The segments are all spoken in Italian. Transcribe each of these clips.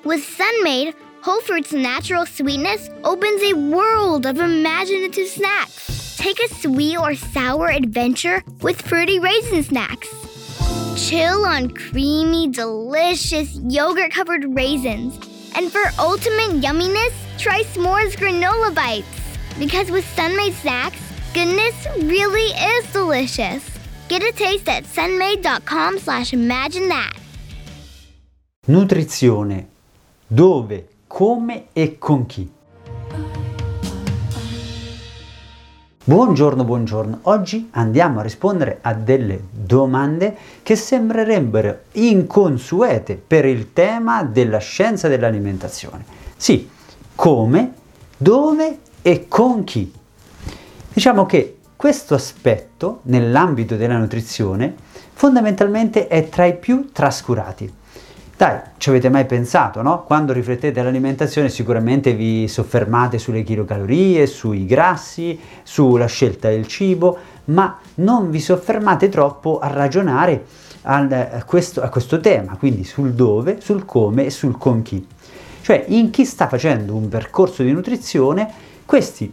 With Sun-Maid, whole fruits' natural sweetness opens a world of imaginative snacks. Take a sweet or sour adventure with fruity raisin snacks. Chill on creamy, delicious yogurt-covered raisins. And for ultimate yumminess, try s'mores granola bites. Because with Sun-Maid snacks, goodness really is delicious. Get a taste at sunmaid.com/imaginethat. Nutrizione. Dove, come e con chi? Buongiorno. Oggi andiamo a rispondere a delle domande che sembrerebbero inconsuete per il tema della scienza dell'alimentazione. Sì, come, dove e con chi. Diciamo che questo aspetto nell'ambito della nutrizione fondamentalmente è tra i più trascurati. Dai, ci avete mai pensato, no? Quando riflettete all'alimentazione sicuramente vi soffermate sulle chilocalorie, sui grassi, sulla scelta del cibo, ma non vi soffermate troppo a ragionare a questo tema, quindi sul dove, sul come e sul con chi. Cioè, in chi sta facendo un percorso di nutrizione, queste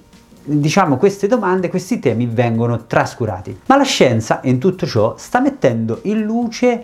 domande, questi temi vengono trascurati. Ma la scienza in tutto ciò sta mettendo in luce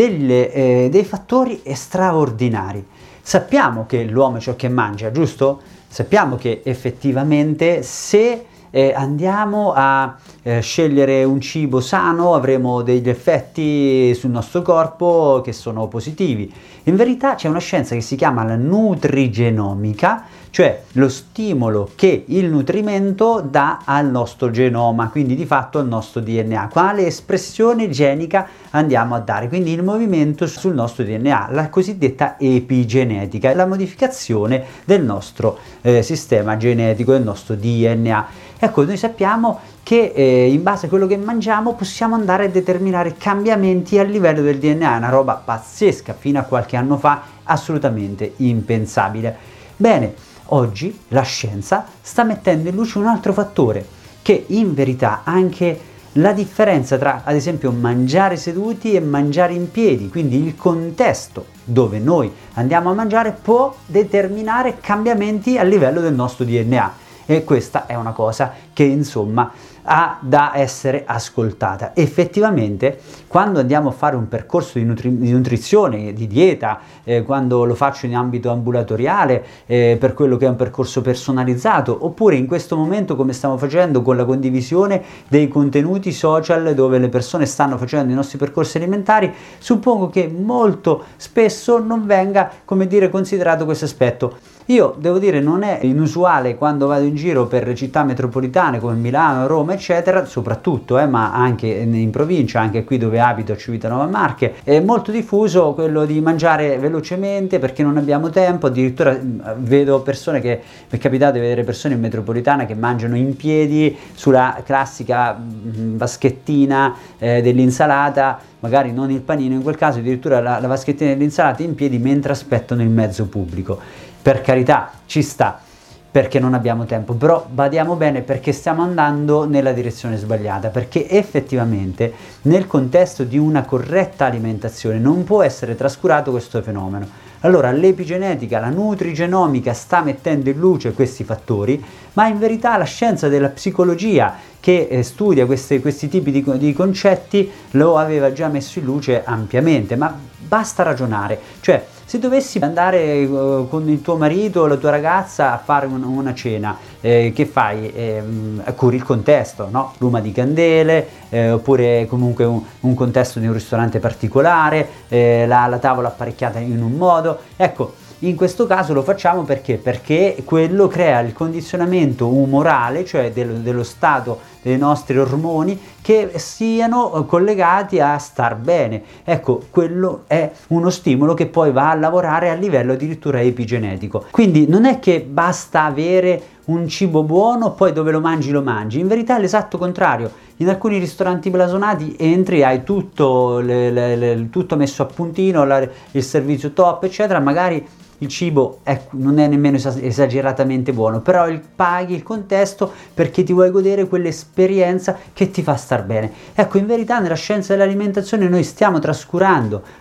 dei fattori straordinari. Sappiamo che l'uomo è ciò che mangia, giusto? Sappiamo che effettivamente se andiamo a scegliere un cibo sano avremo degli effetti sul nostro corpo che sono positivi. In verità c'è una scienza che si chiama la nutrigenomica, cioè lo stimolo che il nutrimento dà al nostro genoma, quindi di fatto al nostro DNA, quale espressione genica andiamo a dare, quindi il movimento sul nostro DNA, la cosiddetta epigenetica, la modificazione del nostro sistema genetico, del nostro DNA. Ecco, noi sappiamo che in base a quello che mangiamo possiamo andare a determinare cambiamenti a livello del DNA, è una roba pazzesca, fino a qualche anno fa assolutamente impensabile. Bene, oggi la scienza sta mettendo in luce un altro fattore, che in verità anche la differenza tra, ad esempio, mangiare seduti e mangiare in piedi, quindi il contesto dove noi andiamo a mangiare può determinare cambiamenti a livello del nostro DNA. E questa è una cosa che insomma ha da essere ascoltata. Effettivamente quando andiamo a fare un percorso di nutrizione, di dieta, quando lo faccio in ambito ambulatoriale, per quello che è un percorso personalizzato, oppure in questo momento come stiamo facendo con la condivisione dei contenuti social dove le persone stanno facendo i nostri percorsi alimentari, suppongo che molto spesso non venga, considerato questo aspetto. Io devo dire, non è inusuale quando vado in giro per città metropolitane come Milano, Roma, eccetera, soprattutto, ma anche in provincia, anche qui dove abito a Civitanova Marche, è molto diffuso quello di mangiare velocemente perché non abbiamo tempo. Addirittura vedo persone mi è capitato di vedere persone in metropolitana che mangiano in piedi sulla classica vaschettina dell'insalata, magari non il panino in quel caso, addirittura la vaschettina dell'insalata in piedi mentre aspettano il mezzo pubblico. Per carità, ci sta, perché non abbiamo tempo, però badiamo bene perché stiamo andando nella direzione sbagliata, perché effettivamente nel contesto di una corretta alimentazione non può essere trascurato questo fenomeno. Allora l'epigenetica, la nutrigenomica sta mettendo in luce questi fattori, ma in verità la scienza della psicologia che studia questi tipi di concetti lo aveva già messo in luce ampiamente, ma basta ragionare, cioè se dovessi andare con il tuo marito o la tua ragazza a fare una cena, che fai? Curi il contesto, no? Luma di candele, oppure comunque un contesto di un ristorante particolare, la tavola apparecchiata in un modo. Ecco, in questo caso lo facciamo perché quello crea il condizionamento umorale, cioè dello stato dei nostri ormoni che siano collegati a star bene. Ecco, quello è uno stimolo che poi va a lavorare a livello addirittura epigenetico. Quindi non è che basta avere un cibo buono, poi dove lo mangi. In verità è l'esatto contrario. In alcuni ristoranti blasonati entri, hai tutto messo a puntino, il servizio top, eccetera, magari il cibo non è nemmeno esageratamente buono, però paghi il contesto perché ti vuoi godere quell'esperienza che ti fa star bene. Ecco, in verità nella scienza dell'alimentazione noi stiamo trascurando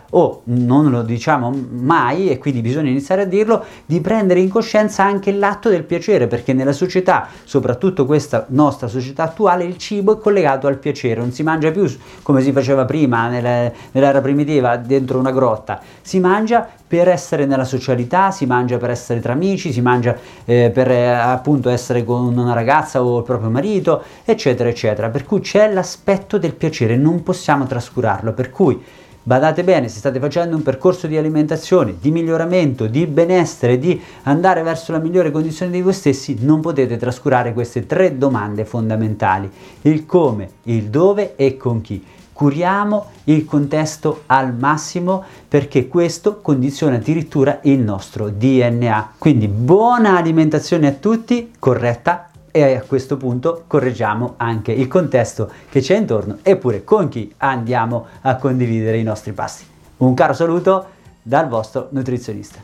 o non lo diciamo mai, e quindi bisogna iniziare a dirlo, di prendere in coscienza anche l'atto del piacere, perché nella società, soprattutto questa nostra società attuale, il cibo è collegato al piacere, non si mangia più come si faceva prima nell'era primitiva dentro una grotta, si mangia per essere nella socialità, si mangia per essere tra amici, si mangia per appunto essere con una ragazza o il proprio marito, eccetera eccetera, per cui c'è l'aspetto del piacere, non possiamo trascurarlo, per cui badate bene, se state facendo un percorso di alimentazione, di miglioramento, di benessere, di andare verso la migliore condizione di voi stessi, non potete trascurare queste 3 domande fondamentali: il come, il dove e con chi. Curiamo il contesto al massimo, perché questo condiziona addirittura il nostro DNA. Quindi buona alimentazione a tutti, corretta, e a questo punto correggiamo anche il contesto che c'è intorno, eppure con chi andiamo a condividere i nostri pasti. Un caro saluto dal vostro nutrizionista.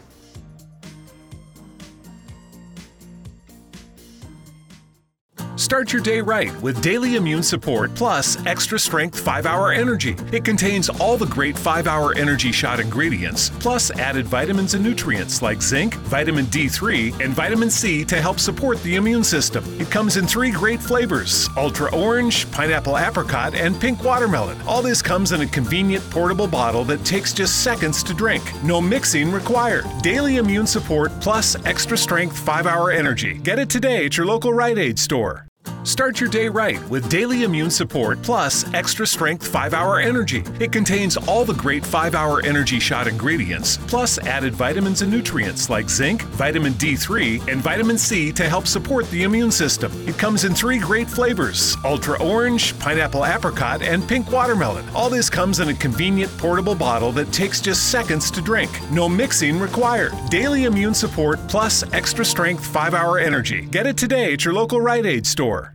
Start your day right with Daily Immune Support Plus Extra Strength 5-Hour Energy. It contains all the great 5-Hour Energy Shot ingredients, plus added vitamins and nutrients like zinc, vitamin D3, and vitamin C to help support the immune system. It comes in 3 great flavors: Ultra Orange, Pineapple Apricot, and Pink Watermelon. All this comes in a convenient portable bottle that takes just seconds to drink. No mixing required. Daily Immune Support Plus Extra Strength 5-Hour Energy. Get it today at your local Rite Aid store. Start your day right with Daily Immune Support Plus Extra Strength 5-Hour Energy. It contains all the great 5-Hour Energy Shot ingredients, plus added vitamins and nutrients like zinc, vitamin D3, and vitamin C to help support the immune system. It comes in 3 great flavors: Ultra Orange, Pineapple Apricot, and Pink Watermelon. All this comes in a convenient portable bottle that takes just seconds to drink. No mixing required. Daily Immune Support Plus Extra Strength 5-Hour Energy. Get it today at your local Rite Aid store.